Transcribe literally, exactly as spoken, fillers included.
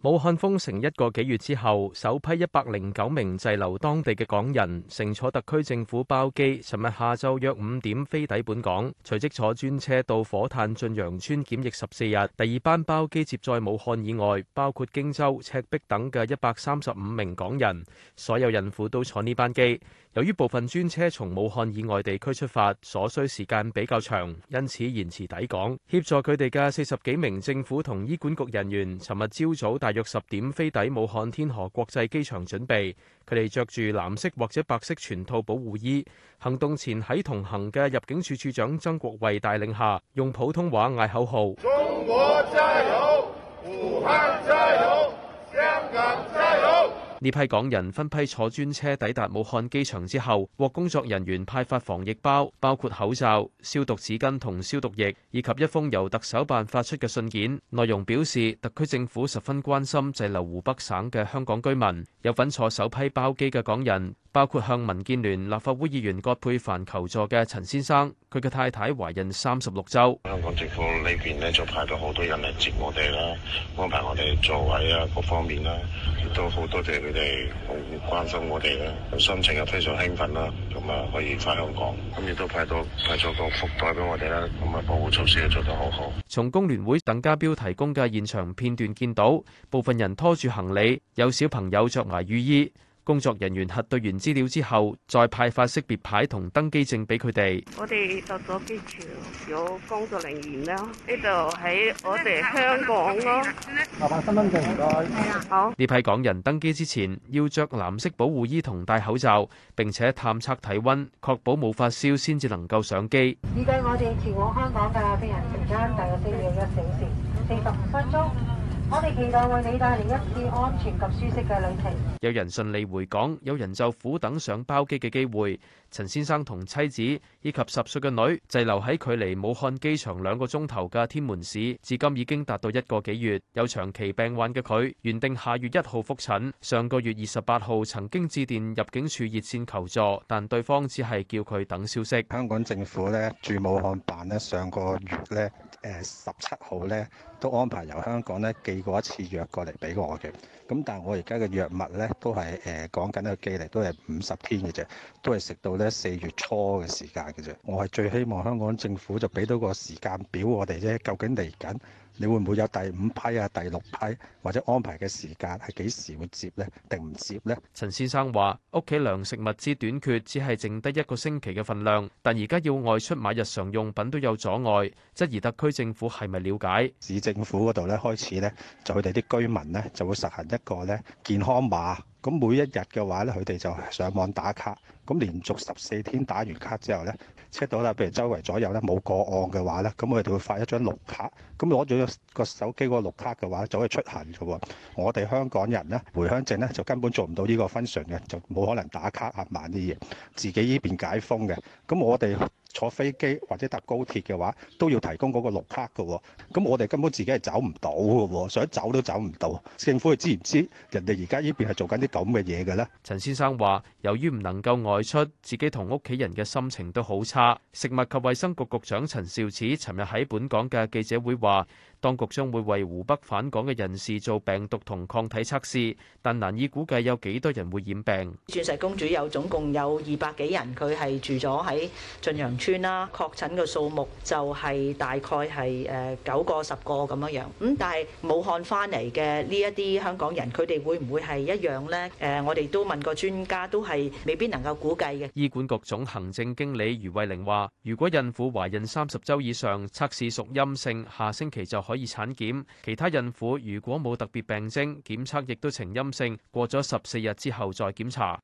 武漢封城一個幾月之後，首批一百零九名滯留當地嘅港人乘坐特區政府包機，尋日下晝約五點飛抵本港，隨即坐專車到火炭駿洋邨檢疫十四日。第二班包機接載武漢以外，包括荊州、赤壁等嘅一百三十五名港人，所有孕婦都坐呢班機。由於部分專車從武漢以外地區出發，所需時間比較長，因此延遲抵港。協助佢哋嘅四十幾名政府同醫管局人員，尋日朝早大約十點飛抵武漢天河國際機場準備。佢哋着住藍色或者白色全套保護衣，行動前喺同行嘅入境處處長曾國衛帶領下，用普通話嗌口號： 中國加油，武漢加油，香港加油！ 呢批港人分批坐專車抵達武漢機場之後，獲工作人員派發防疫包，包括口罩、消毒紙巾同消毒液，以及一封由特首辦發出嘅信件。內容表示，特區政府十分關心滯留湖北省嘅香港居民。有份坐首批包機嘅港人，包括向民建聯立法會議員葛珮帆求助嘅陳先生，佢嘅太太懷孕三十六週。 香港政府呢邊呢就派咗好多人嚟接我哋啦，安排我哋座位啊各方面啦，亦都好多謝佢哋好關心我哋啦，心情又非常興奮啦，咁啊可以返香港，咁亦都派到派咗個福袋俾我哋啦，咁啊保護措施都做得好好。 從工聯會鄧家彪提供嘅現場片段見到，部分人拖住行李，有小朋友着埋雨衣。工作人員核對完資料之後，再派發識別牌同登機證俾佢哋。 我哋到咗機場有工作人員啦，呢度喺我哋香港咯。 麻煩身份證唔該。 好。 呢批港人登機之前要着藍色保護衣同戴口罩，並且探測體溫，確保冇發燒先至能夠上機。 預計我哋前往香港嘅飛行時間大約需要一小時四十五分鐘。我哋期待為你帶嚟一次安全及舒適嘅旅程。 有人順利回港，有人就苦等上包機嘅機會。陳先生同妻子以及十歲嘅女滯留喺距離武漢機場兩個鐘頭嘅天門市，至今已經達到一個幾月。有長期病患嘅佢，原定下月一號覆診，上個月二十八號曾經致電入境處熱線求助，但對方只係叫佢等消息。 香港政府咧駐武漢辦咧上個月咧誒十七號咧都安排由香港咧寄過一次藥過嚟俾我嘅。咁但係我而家嘅藥物咧都係誒講緊個寄嚟都係五十天嘅啫，都係食到咧四月初嘅時間嘅啫。我係最希望香港政府就俾到個時間表我哋啫，究竟嚟緊你會唔會有第五批啊、第六批或者安排嘅時間係幾時會接呢？定唔接呢？ 陳先生話：屋企糧食物資短缺，只係剩低一個星期嘅份量，但而家要外出買日常用品都有阻礙，質疑特區政府係咪了解？ 市政府嗰度咧開始咧，就佢哋啲居民咧就會實行一個咧健康碼，咁每一日嘅話咧，佢哋就上網打卡，咁連續十四天打完卡之後咧，check到啦，譬如周圍左右咧冇個案嘅話咧，咁我哋會發一張綠卡，咁攞咗個手機嗰個綠卡嘅話就可以出行嘅喎。我哋香港人咧回鄉證咧就根本做唔到呢個 function 嘅，就冇可能打卡啊慢啲嘢，自己呢邊解封嘅，咁我哋坐飛機或者搭高鐵嘅話都要提供嗰個綠卡嘅喎，咁我哋根本自己係走唔到嘅喎，想走都走唔到。政府係知唔知人哋而家呢邊係做緊啲咁嘅嘢嘅咧？ 陳先生話：由於唔能夠外出，自己同屋企人嘅心情都好差。食物及衛生局局長陳肇始尋日喺本港嘅記者會話，當局將會為湖北返港嘅人士做病毒同抗體測試，但難以估計有幾多人會染病。 鑽石公主有總共有二百幾人，佢係住咗喺駿洋邨啦，確診嘅數目就係大概係誒九個十個咁樣樣。咁但係武漢翻嚟嘅呢一啲香港人，佢哋會唔會係一樣呢？誒，我哋都問過專家，都係未必能夠估計嘅。 醫管局總行政經理余慧玲話，如果孕婦懷孕三十週以上，測試屬陰性，下星期就可以產檢。其他孕婦如果冇特別病徵，檢測亦都呈陰性，過咗十四日之後再檢查。